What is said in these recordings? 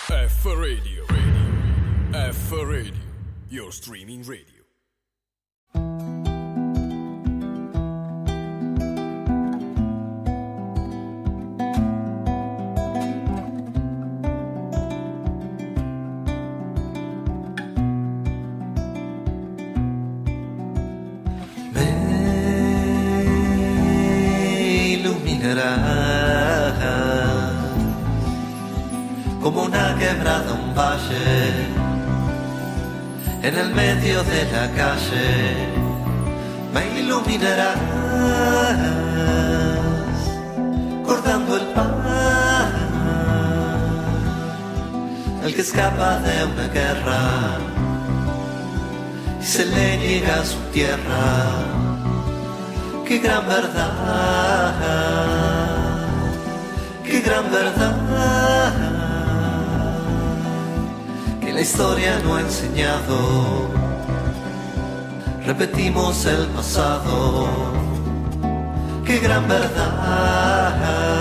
F Radio. F Radio. Your streaming radio. Como una quebrada, un valle, en el medio de la calle, me iluminarás, cortando el pan, el que escapa de una guerra y se le niega a su tierra. Qué gran verdad, qué gran verdad, que la historia no ha enseñado. Repetimos el pasado. Qué gran verdad,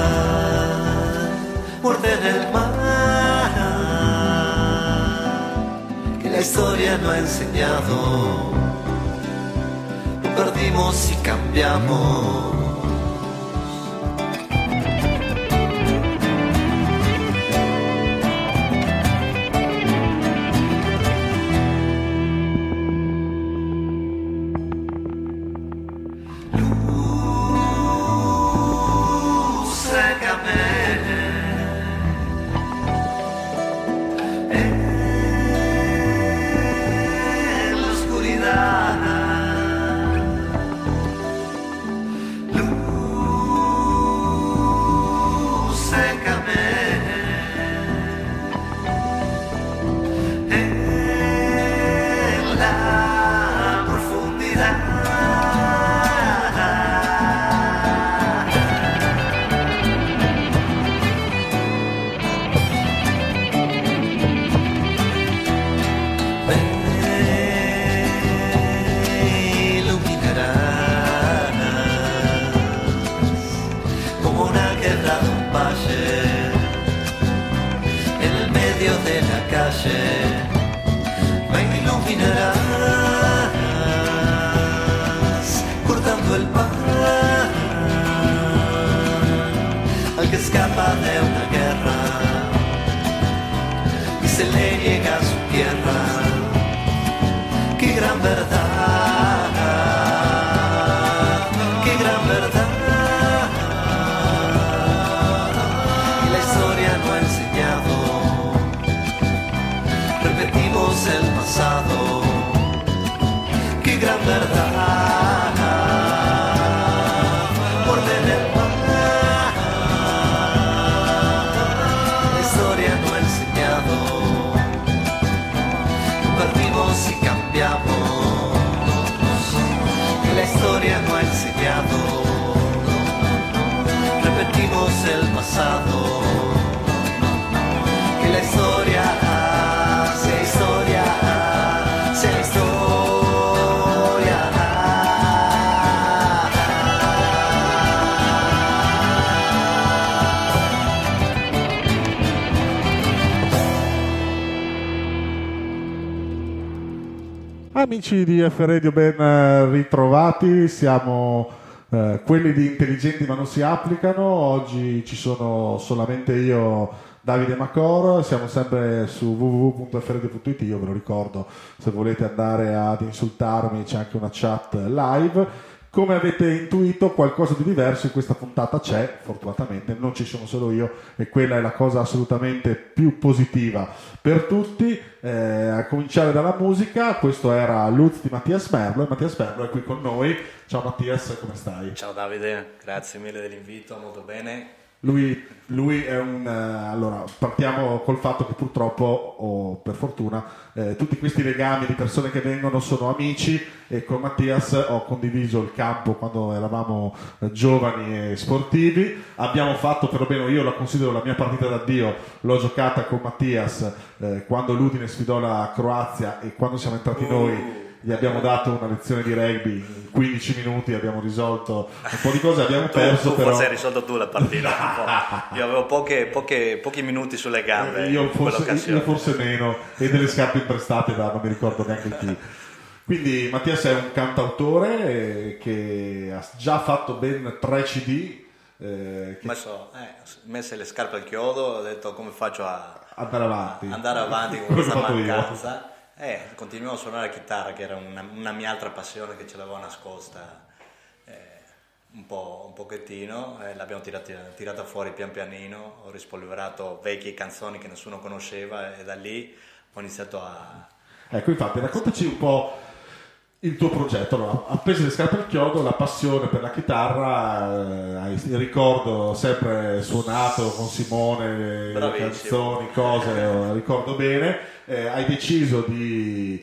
muerde en el mar, que la historia no ha enseñado. Lo perdimos y cambiamos. Amici di F Radio, ben ritrovati. Siamo quelli di Intelligenti ma non si applicano. Oggi ci sono solamente io, Davide Macor. Siamo sempre su www.fradio.it. Io ve lo ricordo, se volete andare ad insultarmi c'è anche una chat live. Come avete intuito, qualcosa di diverso in questa puntata c'è, fortunatamente non ci sono solo io, e quella è la cosa assolutamente più positiva per tutti. A cominciare dalla musica, questo era Luz di Mattias Merlo, e Mattias Merlo è qui con noi. Ciao Mattias, come stai? Ciao Davide, grazie mille dell'invito, molto bene. Lui è un... allora, partiamo col fatto che purtroppo, o per fortuna, tutti questi legami di persone che vengono sono amici, e con Mattias ho condiviso il campo quando eravamo giovani e sportivi. Abbiamo fatto, perlomeno io la considero la mia partita d'addio, l'ho giocata con Mattias quando l'Udine sfidò la Croazia, e quando siamo entrati noi gli abbiamo dato una lezione di rugby in 15 minuti, abbiamo risolto un po' di cose, abbiamo perso, tu però... forse hai risolto tu la partita. Io avevo pochi minuti sulle gambe io in quell'occasione. io forse meno, e delle scarpe imprestate da non mi ricordo neanche chi. Quindi Mattias è un cantautore che ha già fatto ben 3 CD. Ho messo le scarpe al chiodo, ho detto come faccio a andare avanti con questa mancanza. Continuiamo a suonare la chitarra, che era una mia altra passione che ce l'avevo nascosta un pochettino, l'abbiamo tirata fuori pian pianino, ho rispolverato vecchie canzoni che nessuno conosceva e da lì ho iniziato a... Ecco, infatti, raccontaci un po' il tuo progetto. Allora, appese le scarpe al chiodo, la passione per la chitarra, ricordo sempre suonato con Simone, le canzoni, cose, ricordo bene, hai deciso di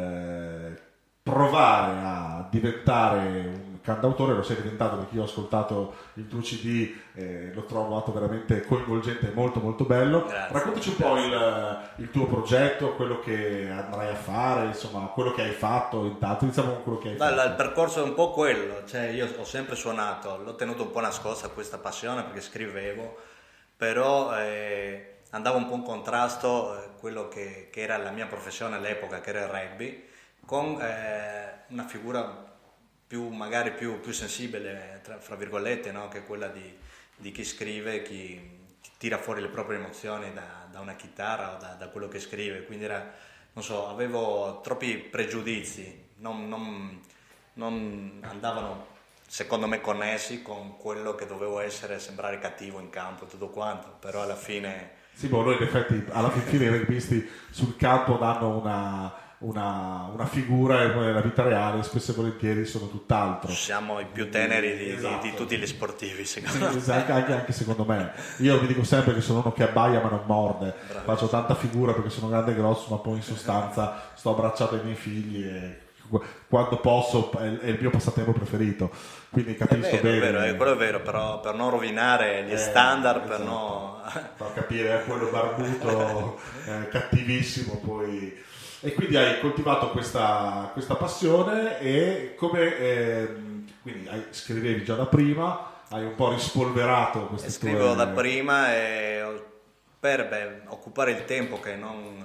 provare a diventare un cantautore, lo sei diventato, perché io ho ascoltato il tuo CD, l'ho trovato veramente coinvolgente e molto molto bello. Grazie. Raccontaci un po' il tuo progetto, quello che andrai a fare, insomma, quello che hai fatto. Intanto iniziamo con quello che hai fatto. Il percorso è un po' quello, cioè io ho sempre suonato, l'ho tenuto un po' nascosta questa passione perché scrivevo, però andavo un po' in contrasto quello che era la mia professione all'epoca, che era il rugby, con una figura magari più sensibile, fra virgolette, no? Che è quella di chi scrive, chi tira fuori le proprie emozioni da una chitarra o da quello che scrive. Quindi avevo troppi pregiudizi, non andavano secondo me connessi con quello che dovevo essere, sembrare cattivo in campo e tutto quanto, però alla fine... Sì, noi in effetti alla fine i rugbisti sul campo danno una figura, e nella vita reale spesso e volentieri sono tutt'altro. Siamo i più teneri di tutti gli sportivi, secondo me. Anche secondo me. Io vi dico sempre che sono uno che abbaia ma non morde. Bravissimo. Faccio tanta figura perché sono grande e grosso, ma poi in sostanza sto abbracciato ai miei figli e quando posso è il mio passatempo preferito. Quindi capisco bene. Quello è vero, però per non rovinare gli standard, esatto. per non... Fa capire quello barbuto cattivissimo poi. E quindi hai coltivato questa passione, e come quindi scrivevi già da prima, hai un po' rispolverato queste Scrivo da prima per occupare il tempo che non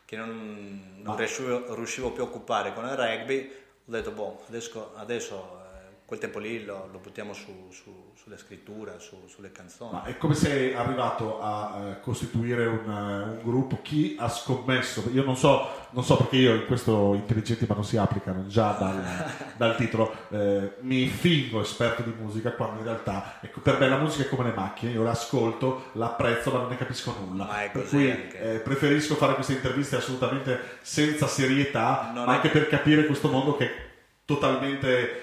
riuscivo più a occupare con il rugby. Ho detto adesso quel tempo lì lo buttiamo sulla scrittura, sulle canzoni. Ma è come sei arrivato a costituire un gruppo? Chi ha scommesso? Io non so perché io in questo intelligenti ma non si applicano già dal titolo, mi fingo esperto di musica, quando in realtà per me la musica è come le macchine, io l'ascolto, l'apprezzo ma non ne capisco nulla. Ma è così, per cui anche. Preferisco fare queste interviste assolutamente senza serietà, ma anche per capire questo mondo che è totalmente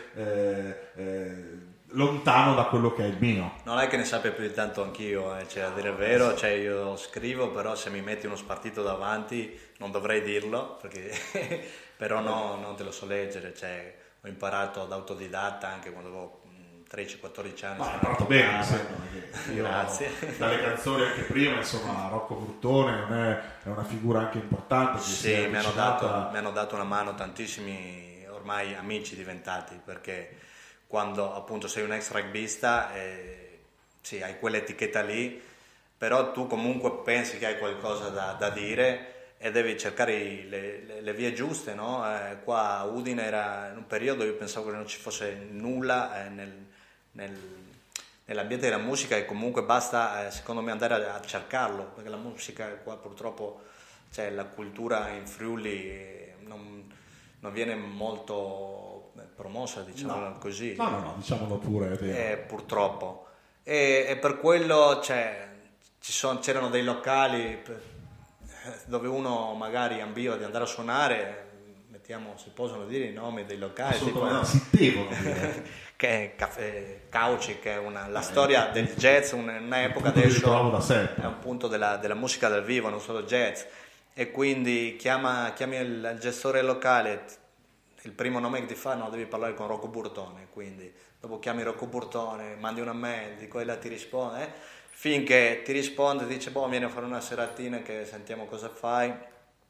lontano da quello che è il mio. Non è che ne sappia più di tanto anch'io, a dire il vero, io scrivo, però se mi metti uno spartito davanti non dovrei dirlo, perché però non te lo so leggere, ho imparato da autodidatta anche quando avevo 13-14 anni. Ma hai imparato bene, Grazie. Dalle canzoni anche prima, insomma, Rocco Burtone è una figura anche importante. Sì, mi hanno dato una mano tantissimi ormai amici diventati, perché quando appunto sei un ex rugbista sì, hai quell'etichetta lì, però tu comunque pensi che hai qualcosa da dire e devi cercare le vie giuste, no? Qua a Udine era in un periodo, io pensavo che non ci fosse nulla nell'ambiente della musica, e comunque basta secondo me andare a cercarlo, perché la musica qua purtroppo, la cultura in Friuli non viene molto promossa, diciamo così. No, diciamolo pure, è vero. Purtroppo. E per quello c'erano dei locali dove uno magari ambiva di andare a suonare, si possono dire i nomi dei locali. Si devono dire. Che è Cauci, che è la storia del jazz, un'epoca adesso da sempre. È un punto della musica dal vivo, non solo jazz. E quindi chiami il gestore locale, il primo nome che ti fa, no, devi parlare con Rocco Burtone, quindi dopo chiami Rocco Burtone, mandi una mail, di qua e là ti risponde, finché ti risponde, dice vieni a fare una seratina che sentiamo cosa fai,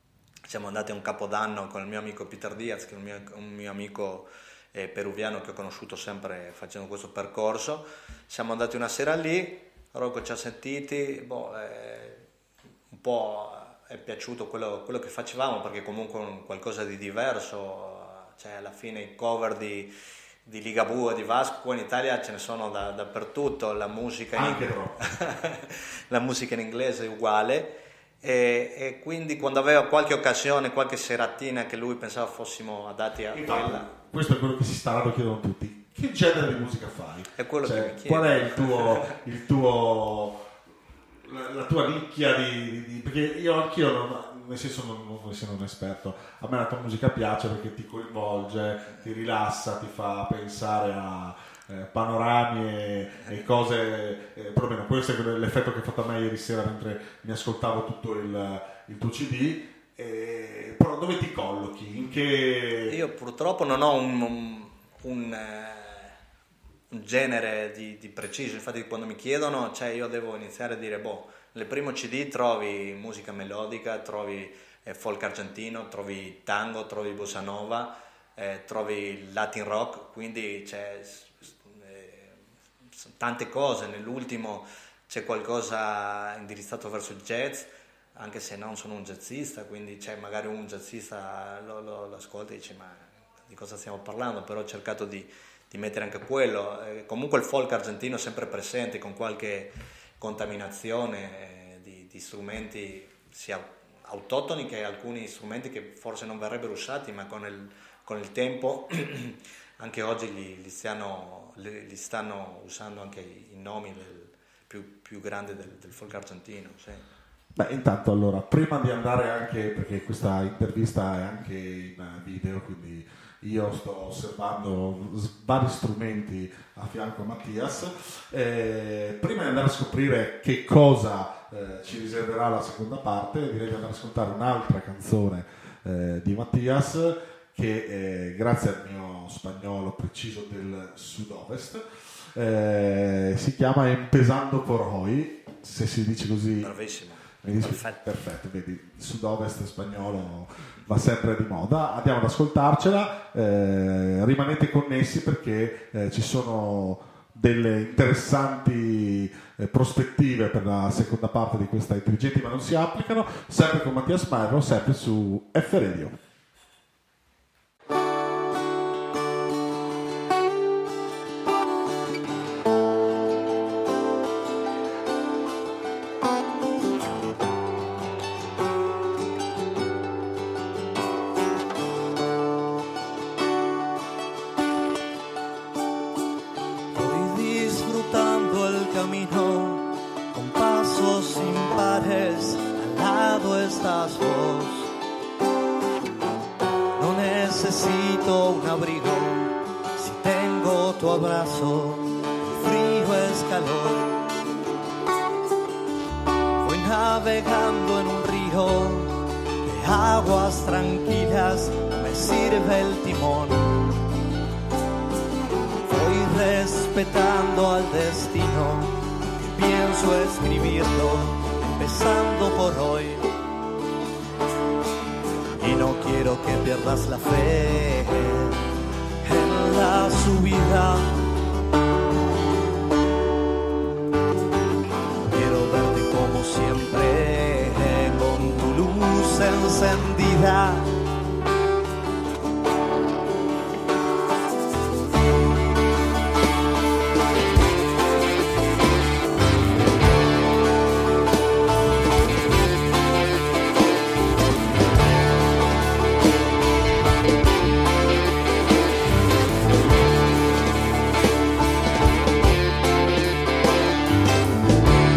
siamo andati a un capodanno con il mio amico Peter Diaz, che è un mio amico peruviano che ho conosciuto sempre facendo questo percorso. Siamo andati una sera lì, Rocco ci ha sentiti, un po' è piaciuto quello che facevamo, perché comunque è qualcosa di diverso, cioè alla fine i cover di Ligabue e di Vasco qua in Italia ce ne sono dappertutto, la musica la musica in inglese è uguale. E quindi quando aveva qualche occasione, qualche seratina che lui pensava fossimo adatti a quella. Questo è quello che si staranno chiedendo tutti: che genere di musica fai? È quello che mi chiedo. Qual è la tua nicchia perché anch'io nel senso non essendo un esperto, a me la tua musica piace perché ti coinvolge, ti rilassa, ti fa pensare a panorami e cose, perlomeno questo è l'effetto che ha fatto a me ieri sera mentre mi ascoltavo tutto il tuo CD. Però dove ti collochi? Io purtroppo non ho un genere di preciso, infatti quando mi chiedono, cioè io devo iniziare a dire nel primo CD trovi musica melodica, trovi folk argentino, trovi tango, trovi bossa nova, trovi latin rock, quindi c'è tante cose. Nell'ultimo c'è qualcosa indirizzato verso il jazz, anche se non sono un jazzista, quindi c'è magari un jazzista lo ascolta e dice ma di cosa stiamo parlando, però ho cercato di mettere anche quello. Comunque il folk argentino è sempre presente, con qualche contaminazione di strumenti sia autoctoni che alcuni strumenti che forse non verrebbero usati, ma con il tempo anche oggi li stanno usando anche i nomi più grandi del folk argentino. Sì. Beh, intanto allora, prima di andare anche, perché questa intervista è anche in video, quindi io sto osservando vari strumenti a fianco a Mattias, prima di andare a scoprire che cosa ci riserverà la seconda parte, direi di andare ad ascoltare un'altra canzone di Mattias che grazie al mio spagnolo preciso del sud-ovest si chiama Empezando por hoy, se si dice così. Bravissimo. Perfetto, vedi, il sud-ovest spagnolo va sempre di moda. Andiamo ad ascoltarcela, rimanete connessi perché ci sono delle interessanti prospettive per la seconda parte di questa Intelligenti ma non si applicano, sempre con Mattias Marro, sempre su F Radio. Navegando en un río de aguas tranquilas, no me sirve el timón. Voy respetando al destino, que pienso escribirlo, empezando por hoy. Y no quiero que pierdas la fe en la subida. Siempre con tu luz encendida.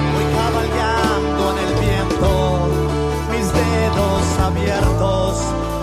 Abiertos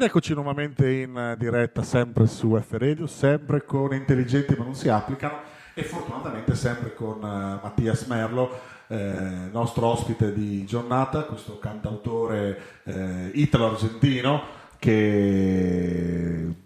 eccoci nuovamente in diretta sempre su F Radio, sempre con Intelligenti ma non si applicano e fortunatamente sempre con Mattias Merlo, nostro ospite di giornata, questo cantautore italo-argentino che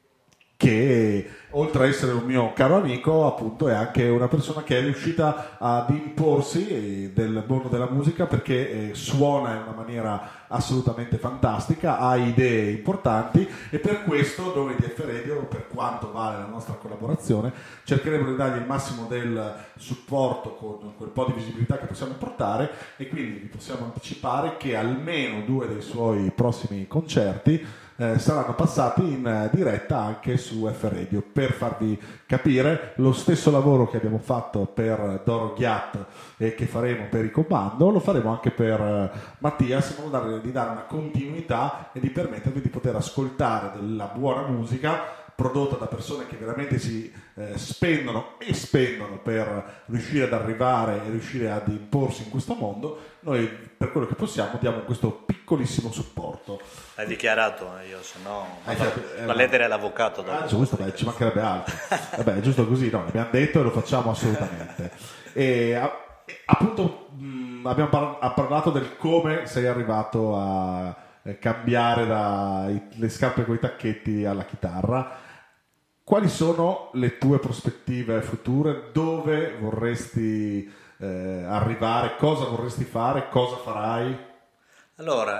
oltre a essere un mio caro amico, appunto, è anche una persona che è riuscita ad imporsi del mondo della musica perché suona in una maniera assolutamente fantastica, ha idee importanti e per questo noi di F Radio, per quanto vale la nostra collaborazione, cercheremo di dargli il massimo del supporto con quel po' di visibilità che possiamo portare e quindi vi possiamo anticipare che almeno 2 dei suoi prossimi concerti saranno passati in diretta anche su F Radio per farvi capire lo stesso lavoro che abbiamo fatto per Doro Ghiat e che faremo per i Comando, lo faremo anche per Mattias in modo di dare una continuità e di permettervi di poter ascoltare della buona musica prodotta da persone che veramente si spendono per riuscire ad arrivare e riuscire ad imporsi in questo mondo. Noi per quello che possiamo diamo questo piccolissimo supporto. Hai dichiarato, io se no la lettera all'avvocato dopo. Giusto, ci mancherebbe altro. Vabbè, è giusto così, no, l'abbiamo detto e lo facciamo assolutamente. E appunto abbiamo parlato del come sei arrivato a cambiare dalle scarpe coi tacchetti alla chitarra. Quali sono le tue prospettive future? Dove vorresti arrivare? Cosa vorresti fare? Cosa farai? Allora,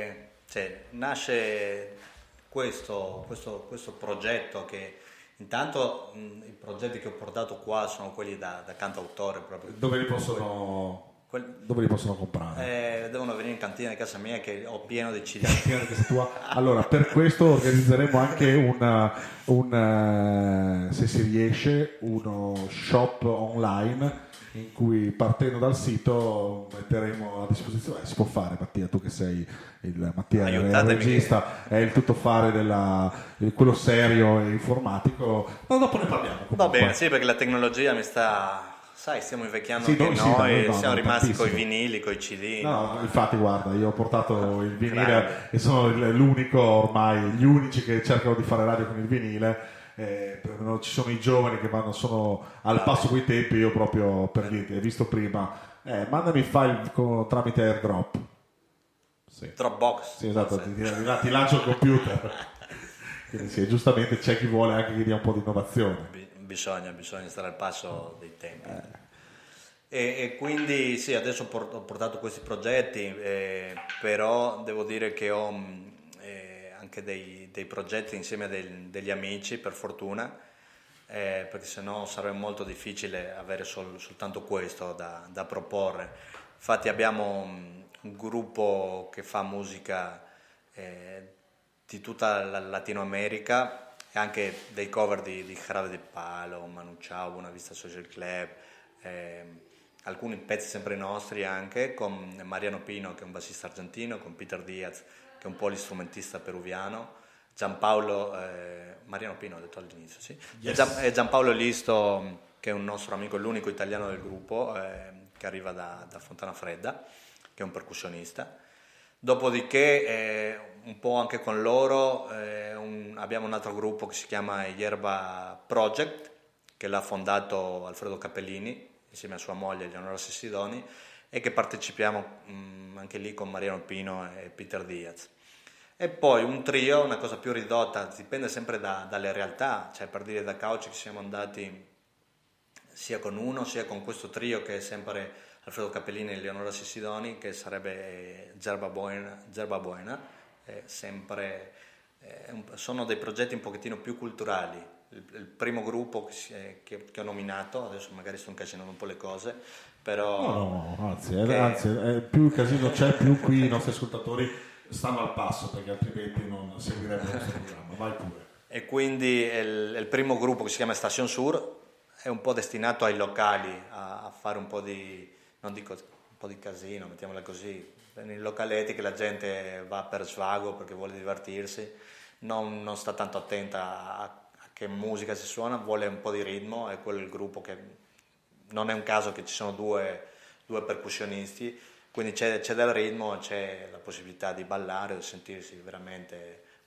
nasce questo progetto che intanto i progetti che ho portato qua sono quelli da cantautore proprio. Dove li possono comprare? Devono venire in cantina di casa mia che ho pieno di CD. Allora, per questo organizzeremo anche se si riesce, uno shop online in cui partendo dal sito metteremo a disposizione, si può fare, Mattia, tu che sei il regista, è il tuttofare quello serio e informatico, ma dopo ne parliamo comunque. Va bene, sì, perché la tecnologia mi sta... Sai, stiamo invecchiando anche noi, siamo rimasti coi vinili, coi CD. No, infatti guarda, io ho portato il vinile e sono l'unico ormai, gli unici che cercano di fare radio con il vinile. Ci sono i giovani che sono al passo coi tempi, io proprio per dirti, hai visto prima, mandami il file tramite AirDrop. Sì. Dropbox. Sì, esatto, ti lancio il computer. Quindi sì, giustamente c'è chi vuole anche che dia un po' di innovazione. Bisogna stare al passo dei tempi. E quindi sì, adesso ho portato questi progetti, però devo dire che ho anche dei progetti insieme a degli amici, per fortuna, perché sennò sarebbe molto difficile avere soltanto questo da proporre. Infatti abbiamo un gruppo che fa musica di tutta la Latino America, e anche dei cover di Jarabe de Palo, Manu Chao, Buena Vista Social Club, alcuni pezzi sempre nostri anche, con Mariano Pino che è un bassista argentino, con Peter Diaz che è un po' l'istrumentista peruviano, Gianpaolo, Mariano Pino ho detto all'inizio, sì? Yes. E Gianpaolo Listo che è un nostro amico, l'unico italiano del gruppo, che arriva da Fontana Fredda, che è un percussionista. Dopodiché un po' anche con loro abbiamo un altro gruppo che si chiama Yerba Project, che l'ha fondato Alfredo Cappellini insieme a sua moglie Eleonora Sessidoni, e che partecipiamo anche lì con Mariano Pino e Peter Diaz. E poi un trio, una cosa più ridotta, dipende sempre dalle realtà, cioè per dire da Cauci siamo andati sia con uno sia con questo trio che è sempre Alfredo Cappellini e Eleonora Sessidoni, che sarebbe Yerba Buena, sempre, sono dei progetti un pochettino più culturali. Il primo gruppo che ho nominato, adesso magari sto incasinando un po' le cose, però... No, anzi, più il casino c'è, più qui i nostri ascoltatori stanno al passo, perché altrimenti non seguirebbero il nostro programma. Vai pure. E quindi il primo gruppo, che si chiama Station Sur, è un po' destinato ai locali, a fare un po' di... non dico un po' di casino, mettiamola così, nei localetti che la gente va per svago perché vuole divertirsi, non sta tanto attenta a che musica si suona, vuole un po' di ritmo. È quello il gruppo che non è un caso che ci sono due percussionisti, quindi c'è del ritmo, c'è la possibilità di ballare, di sentirsi veramente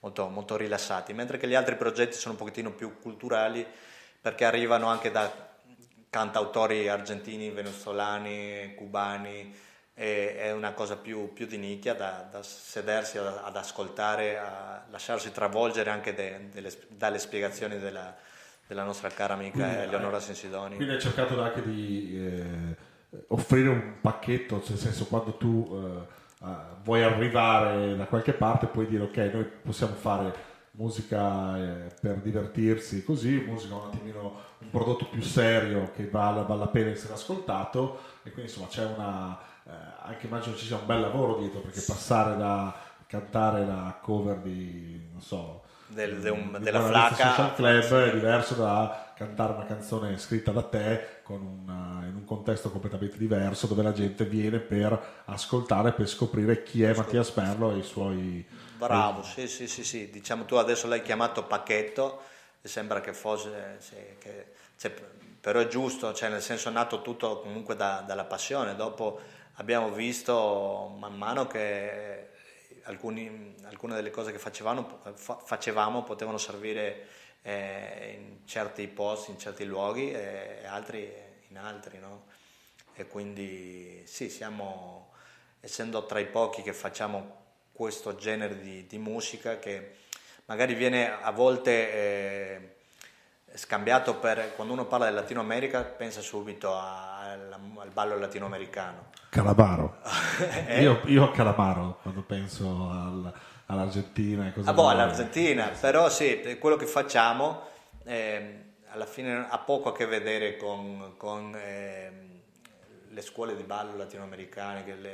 molto, molto rilassati, mentre che gli altri progetti sono un pochettino più culturali, perché arrivano anche da cantautori argentini, venezuelani, cubani, e è una cosa più di nicchia da sedersi ad ascoltare, a lasciarsi travolgere anche dalle spiegazioni della nostra cara amica Eleonora Sensidoni. Quindi hai cercato anche di offrire un pacchetto, nel senso, quando tu vuoi arrivare da qualche parte puoi dire ok, noi possiamo fare musica per divertirsi, così, musica un attimino, un prodotto più serio che vale la pena essere ascoltato, e quindi insomma c'è anche immagino ci sia un bel lavoro dietro, perché passare da cantare la cover di, non so, della Flacca Social Club è diverso da cantare una canzone scritta da te in un contesto completamente diverso, dove la gente viene per ascoltare, per scoprire chi è Mattias Merlo e i suoi... Bravo, sì, diciamo, tu adesso l'hai chiamato pacchetto e sembra che fosse, però è giusto, cioè nel senso è nato tutto comunque dalla passione. Dopo abbiamo visto man mano che alcune delle cose che facevamo potevano servire in certi posti, in certi luoghi, e altri in altri, no? E quindi sì, siamo, essendo tra i pochi che facciamo questo genere di musica, che magari viene a volte scambiato per, quando uno parla del Latino America pensa subito al ballo latinoamericano. Calamaro. Io a Calamaro quando penso all'Argentina e così. All'Argentina, però sì, quello che facciamo alla fine ha poco a che vedere con le scuole di ballo latinoamericane, che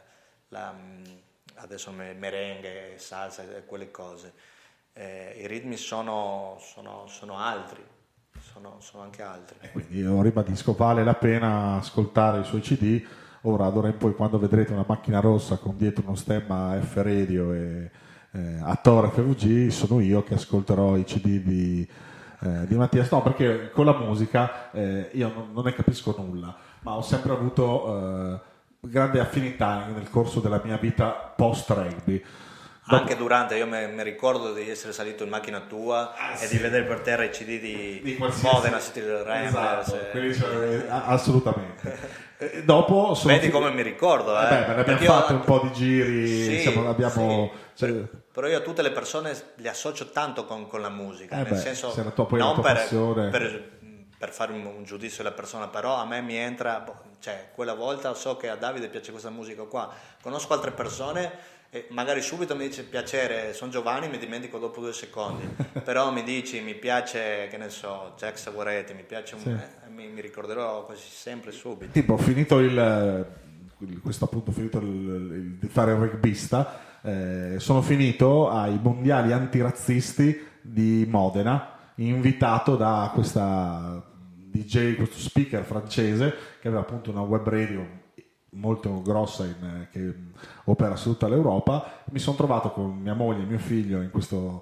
adesso merengue, salsa e quelle cose. I ritmi sono altri, sono anche altri. Quindi io ribadisco, vale la pena ascoltare i suoi CD. Ora, d'ora in poi, quando vedrete una macchina rossa con dietro uno stemma F Radio e Attore FVG, sono io che ascolterò i CD di Mattias. No, perché con la musica io non ne capisco nulla, ma ho sempre avuto grande affinità nel corso della mia vita post-rugby. Anche durante, io mi ricordo di essere salito in macchina tua e di vedere per terra i CD di Modena, City del Ramblers. Esatto, assolutamente. Dopo vedi come mi ricordo, abbiamo fatto un po' di giri, però io a tutte le persone li associo tanto con la musica, nel senso non per fare un giudizio della persona, però a me mi entra, cioè quella volta so che a Davide piace questa musica qua, conosco altre persone e magari subito mi dice piacere, sono Giovanni, mi dimentico dopo 2 secondi, però mi dici mi piace, che ne so, Jack Savoretti, mi piace mi ricorderò quasi sempre subito. Tipo, finito questo appunto, finito di fare il rugbista, sono finito ai mondiali antirazzisti di Modena, invitato da questa DJ, questo speaker francese che aveva appunto una web radio molto grossa che opera su tutta l'Europa. Mi sono trovato con mia moglie e mio figlio in questo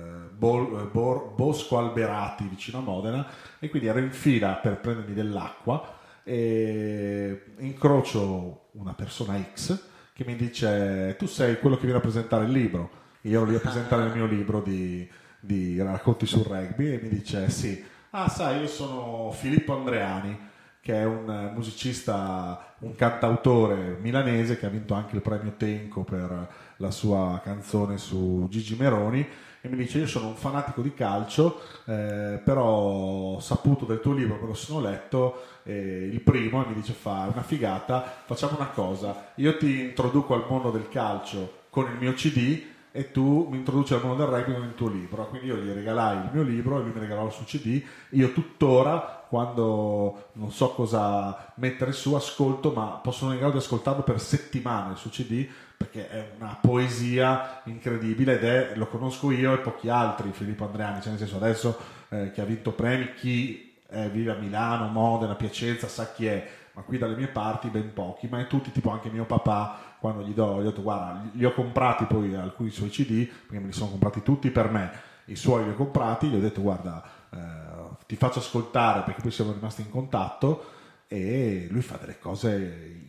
bosco alberati vicino a Modena, e quindi ero in fila per prendermi dell'acqua e incrocio una persona X che mi dice: tu sei quello che viene a presentare il libro? Io ero lì a presentare il mio libro di racconti sul rugby, e mi dice: sì, sai, io sono Filippo Andreani, che è un musicista, un cantautore milanese che ha vinto anche il premio Tenco per la sua canzone su Gigi Meroni, e mi dice: io sono un fanatico di calcio, però ho saputo del tuo libro, me lo sono letto, il primo, e mi dice: fa una figata, facciamo una cosa, io ti introduco al mondo del calcio con il mio CD e tu mi introduci al mondo del rugby con il tuo libro. Quindi io gli regalai il mio libro e lui mi regalò il suo CD. Io tuttora, quando non so cosa mettere su, ascolto, ma sono in grado di ascoltarlo per settimane su CD, perché è una poesia incredibile, ed lo conosco io e pochi altri, Filippo Andreani, cioè nel senso, adesso che ha vinto premi, chi vive a Milano, Modena, Piacenza sa chi è, ma qui dalle mie parti ben pochi, ma è tutti, tipo anche mio papà, quando gli ho detto: guarda, li ho comprati poi alcuni suoi CD, perché me li sono comprati tutti per me, i suoi li ho comprati, gli ho detto: guarda, ti faccio ascoltare, perché poi siamo rimasti in contatto, e lui fa delle cose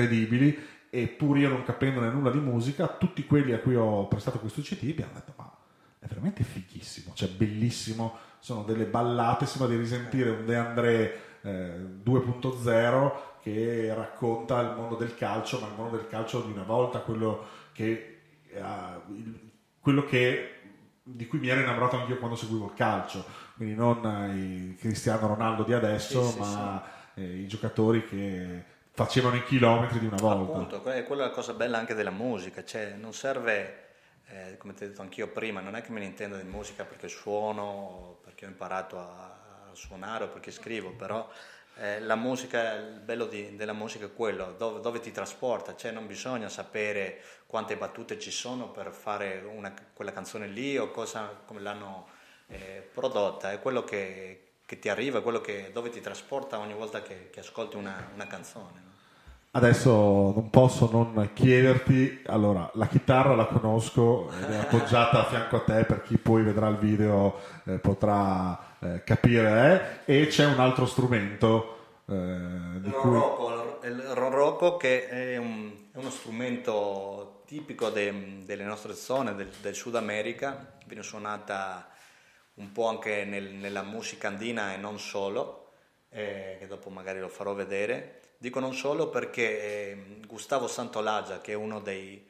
incredibili, e pur io non capendone nulla di musica, tutti quelli a cui ho prestato questo CD mi hanno detto: ma è veramente fighissimo, cioè bellissimo, sono delle ballate, sembra di risentire un De André 2.0 che racconta il mondo del calcio, ma il mondo del calcio di una volta, quello di cui mi ero innamorato anch'io quando seguivo il calcio, quindi non il Cristiano Ronaldo di adesso, ma i giocatori che facevano i chilometri di una volta. Appunto, quella è la cosa bella anche della musica, cioè non serve, come ti ho detto anch'io prima, non è che me ne intenda di musica perché suono, perché ho imparato a suonare o perché scrivo, però la musica, il bello della musica è quello, dove ti trasporta, cioè non bisogna sapere quante battute ci sono per fare quella canzone lì o come l'hanno prodotta, è quello che ti arriva, quello dove ti trasporta ogni volta che ascolti una canzone. No? Adesso non posso non chiederti, allora la chitarra la conosco ed è appoggiata a fianco a te, per chi poi vedrà il video potrà capire, e c'è un altro strumento Il ronroco, che è uno strumento tipico delle nostre zone del Sud America, viene suonata un po' anche nella musica andina e non solo, che dopo magari lo farò vedere. Dico non solo perché Gustavo Santaolalla, che è uno dei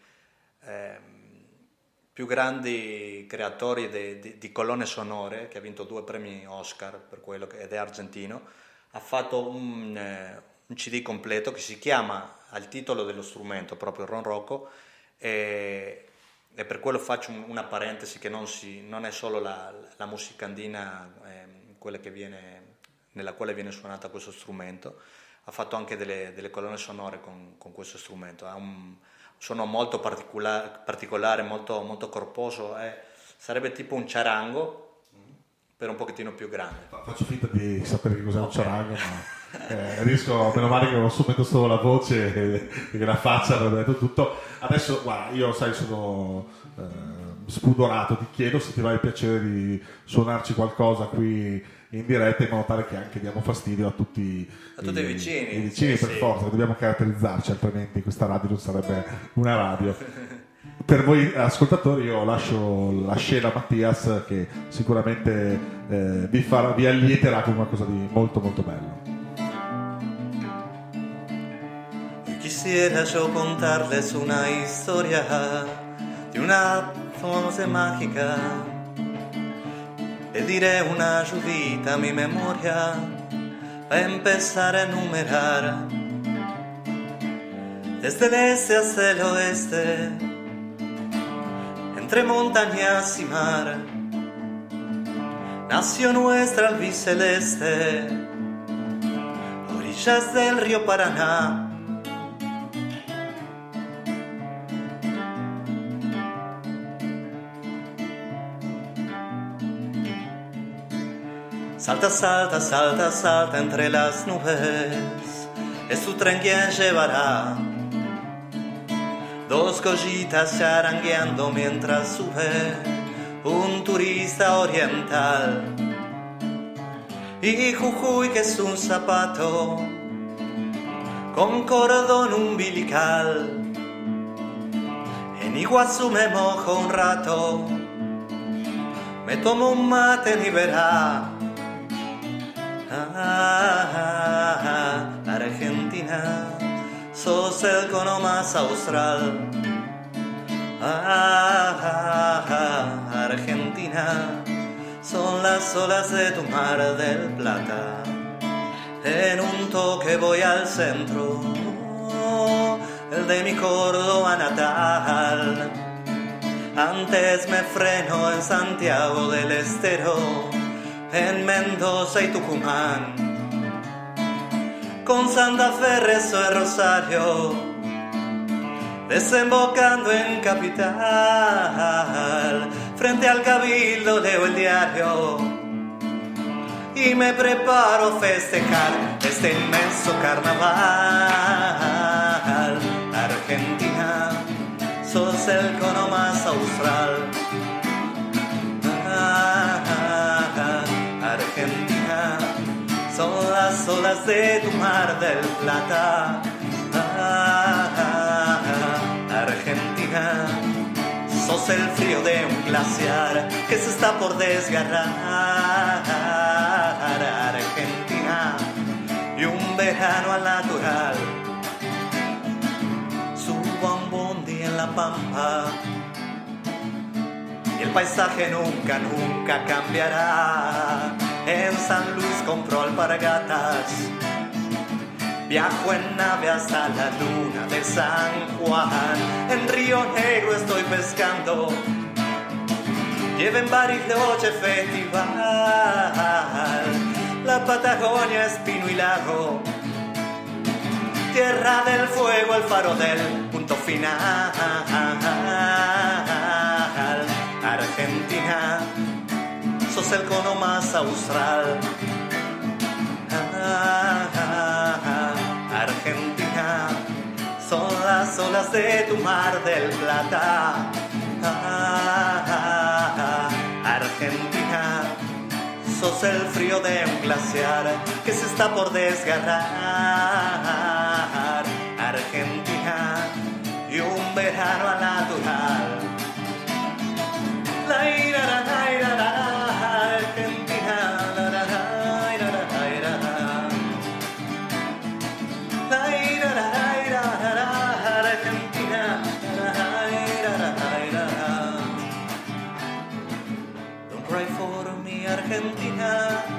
più grandi creatori di colonne sonore, che ha vinto 2 premi Oscar per quello, ed è argentino, ha fatto un CD completo che si chiama, al titolo dello strumento, proprio il ronroco, e per quello faccio una parentesi che non è solo la musica andina quella nella quale viene suonata questo strumento. Ha fatto anche delle colonne sonore con questo strumento, ha un suono molto particolare, molto, molto corposo, sarebbe tipo un charango per un pochettino più grande. Faccio finta di sapere che cos'è un charango, ma riesco, meno male che non subito solo la voce e che la faccia avrebbe detto tutto. Adesso guarda, io sono spudorato, ti chiedo se ti va il piacere di suonarci qualcosa qui in diretta, in modo tale che anche diamo fastidio a tutti i vicini. I vicini, per forza, dobbiamo caratterizzarci, altrimenti questa radio non sarebbe una radio. Per voi ascoltatori io lascio la scena a Mattias, che sicuramente vi allieterà con qualcosa di molto molto bello. Quisiera yo contarles una historia di una voce mágica. Le diré una ayudita a mi memoria a empezar a enumerar desde el este hasta el oeste, entre montañas y mar, nació nuestra albiceleste, orillas del río Paraná. Salta, salta, salta, salta entre las nubes, es tu tren quien llevará 2 collitas charangueando mientras sube un turista oriental. Y Jujuy, que es un zapato con cordón umbilical. En Iguazú me mojo un rato, me tomo un mate y verá. Argentina, sos el cono más austral. Argentina, son las olas de tu mar del Plata. En un toque voy al centro, el de mi Córdoba natal. Antes me freno en Santiago del Estero, en Mendoza y Tucumán, con Santa Fe rezo de Rosario, desembocando en Capital, frente al Cabildo leo el diario y me preparo a festejar este inmenso carnaval. Argentina, sos el cono más austral. Argentina, son las olas de tu mar del Plata. Argentina, sos sos el frío de un glaciar que se está por desgarrar. Argentina y un verano al natural. Subo a un bondi en la pampa y el paisaje nunca, nunca cambiará. En San Luis compro alpargatas, viajo en nave hasta la luna de San Juan. En Río Negro estoy pescando, lleven Bariloche festival. La Patagonia es pino y lago, Tierra del Fuego, el faro del punto final. Argentina, sos el cono más austral. Argentina, son las olas de tu mar del Plata. Argentina, sos el frío de un glaciar que se está por desgarrar. Argentina y un verano al natural. La ira, la ira, la Argentina, la ira, la ira, la ira, la ira, la Argentina, la ira, la ira. Don't cry for me, Argentina.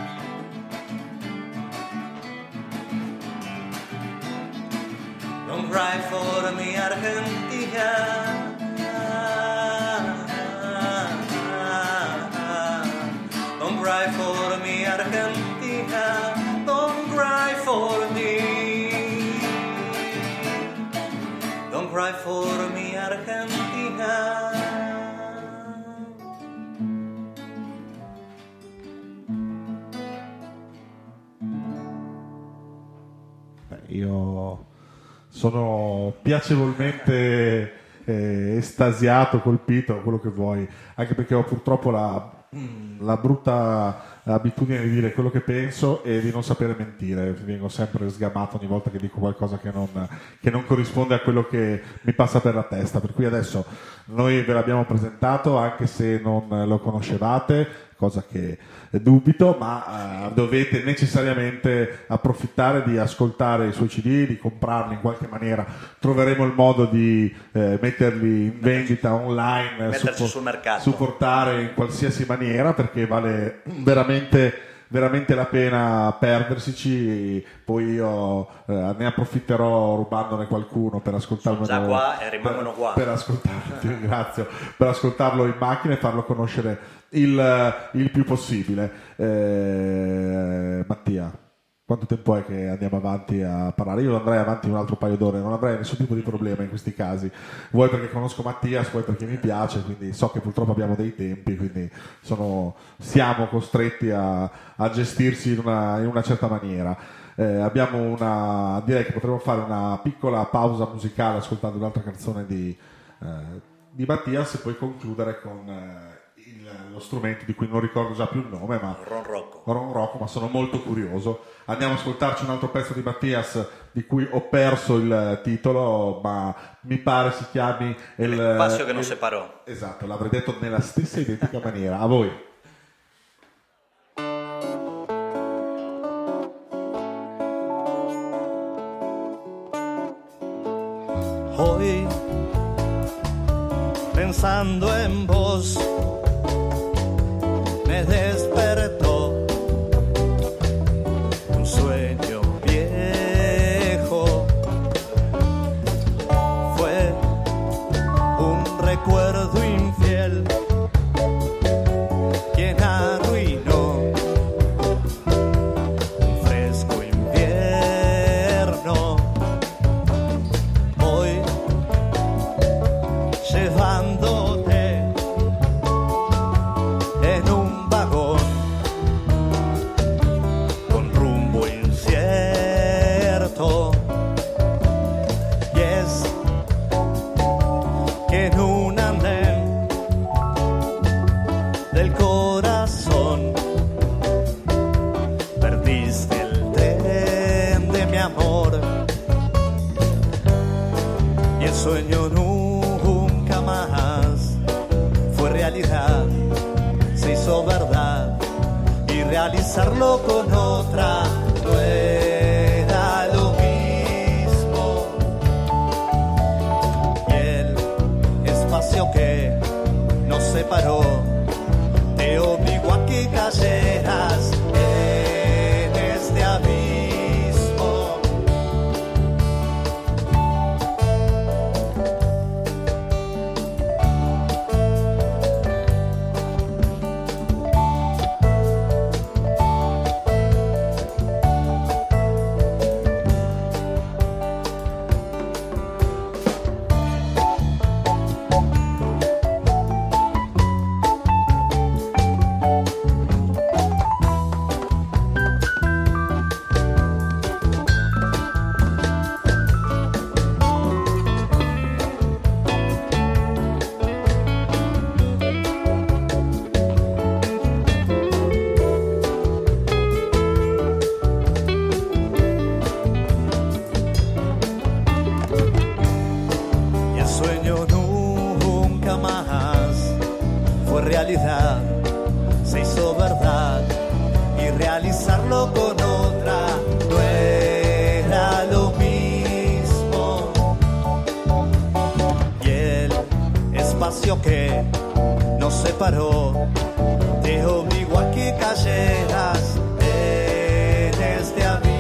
Don't cry for me, Argentina. Don't cry for me, Argentina. Don't cry for me. Don't cry for me, Argentina. Io sono piacevolmente estasiato, colpito, quello che vuoi, anche perché ho purtroppo la brutta abitudine di dire quello che penso e di non sapere mentire. Vengo sempre sgamato ogni volta che dico qualcosa che non corrisponde a quello che mi passa per la testa, per cui adesso noi ve l'abbiamo presentato anche se non lo conoscevate, cosa che dubito, ma dovete necessariamente approfittare di ascoltare i suoi CD, di comprarli in qualche maniera. Troveremo il modo di metterli in vendita online, metterci sul mercato, supportare in qualsiasi maniera, perché vale veramente la pena perdersici. Poi io ne approfitterò rubandone qualcuno per ascoltarlo. Sono già qua e rimangono qua. Per ascoltarlo, ti ringrazio, per ascoltarlo in macchina e farlo conoscere il più possibile. Mattia, quanto tempo è che andiamo avanti a parlare? Io andrei avanti un altro paio d'ore, non avrei nessun tipo di problema in questi casi, vuoi perché conosco Mattias, vuoi perché mi piace, quindi so che purtroppo abbiamo dei tempi, quindi siamo costretti a gestirsi in una certa maniera. Direi che potremmo fare una piccola pausa musicale ascoltando un'altra canzone di Mattias e poi concludere con lo strumento di cui non ricordo già più il nome, ma Ron Rocco, ma sono molto curioso. Andiamo a ascoltarci un altro pezzo di Mattias di cui ho perso il titolo, ma mi pare si chiami Il Paseo che non separò. Esatto, l'avrei detto nella stessa identica maniera. A voi. Hoy, pensando en vos, me despertó un sueño viejo. Fue un recuerdo infiel quien arruinó un fresco invierno. Hoy, llevándote realizarlo con otra no era lo mismo. Y el espacio que nos separó te obligó a que cayeras en este abismo. Se hizo verdad y realizarlo con otra no era lo mismo. Y el espacio que nos separó te obligó a que cayeras en este abismo.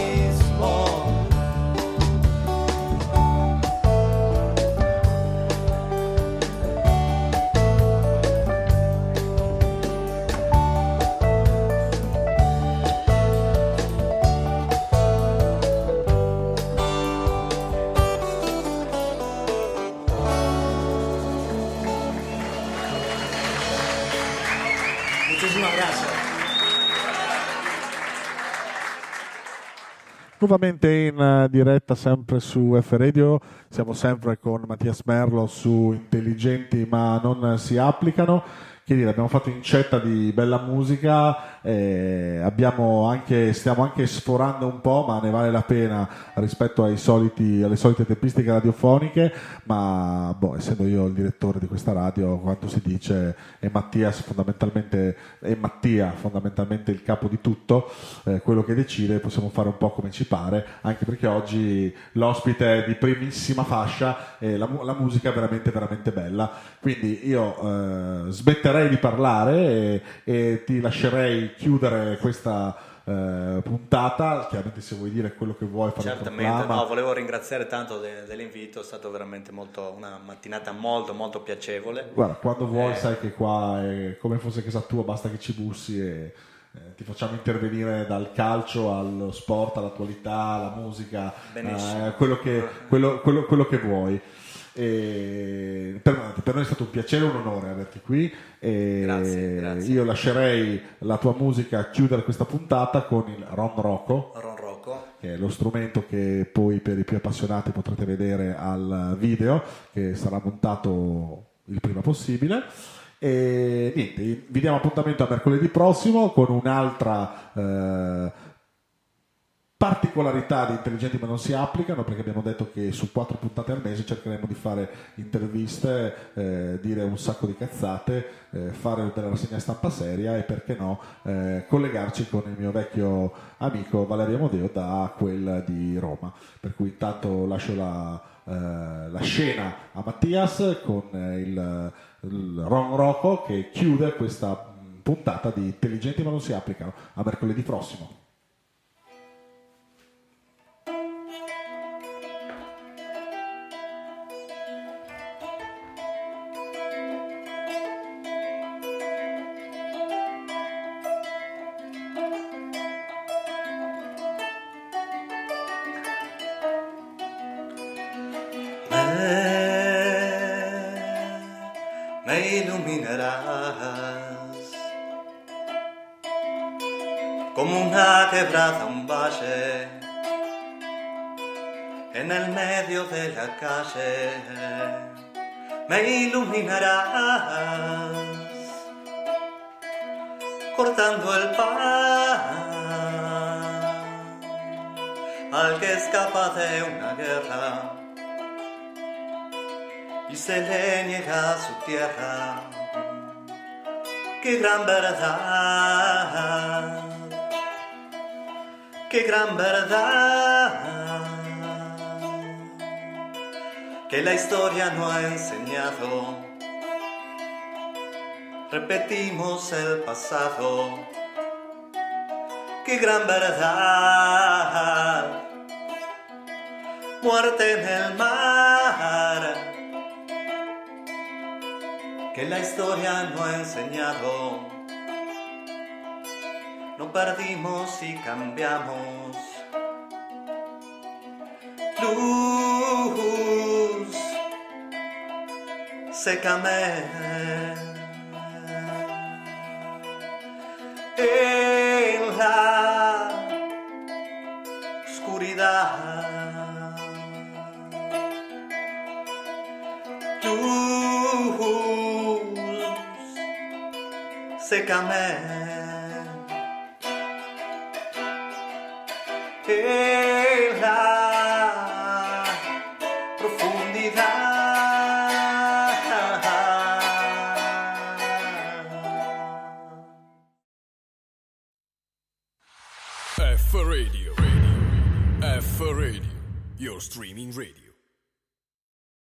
Muchísimas gracias. Nuovamente in diretta sempre su F Radio, siamo sempre con Mattias Merlo su Intelligenti ma non si applicano. Che dire, abbiamo fatto incetta di bella musica, stiamo anche sforando un po', ma ne vale la pena rispetto alle solite tempistiche radiofoniche, ma essendo io il direttore di questa radio, quanto si dice, è Mattia fondamentalmente il capo di tutto, quello che decide, possiamo fare un po' come ci pare, anche perché oggi l'ospite è di primissima fascia e la musica è veramente veramente bella, quindi io smetterei di parlare e ti lascerei chiudere questa puntata. Chiaramente, se vuoi dire quello che vuoi, fare certamente. No, volevo ringraziare tanto dell'invito, è stato veramente una mattinata molto molto piacevole. Guarda, quando vuoi sai che qua è come fosse casa tua, basta che ci bussi e ti facciamo intervenire dal calcio allo sport, all'attualità, alla musica, quello che vuoi. Per noi è stato un piacere e un onore averti qui. Grazie. Io lascerei la tua musica a chiudere questa puntata con il Ron Rocco, che è lo strumento che poi per i più appassionati potrete vedere al video, che sarà montato il prima possibile. E niente, vi diamo appuntamento a mercoledì prossimo con un'altra particolarità di Intelligenti ma non si applicano, perché abbiamo detto che su 4 puntate al mese cercheremo di fare interviste, dire un sacco di cazzate, fare della rassegna stampa seria e perché no collegarci con il mio vecchio amico Valerio Amodeo da quel di Roma, per cui intanto lascio la scena a Mattias con il Ron Rocco che chiude questa puntata di Intelligenti ma non si applicano. A mercoledì prossimo. Me iluminarás como una quebrada, un valle en el medio de la calle. Me iluminarás cortando el pan al que escapa de una guerra y se le niega su tierra. Qué gran verdad. qué gran verdad que la historia no ha enseñado. Repetimos el pasado, qué gran verdad. Muerte en el mar, que la historia no ha enseñado. No perdimos y cambiamos. Luz, sécame en la oscuridad. Luz, sécame en la profundidad. F Radio. F Radio, your streaming radio.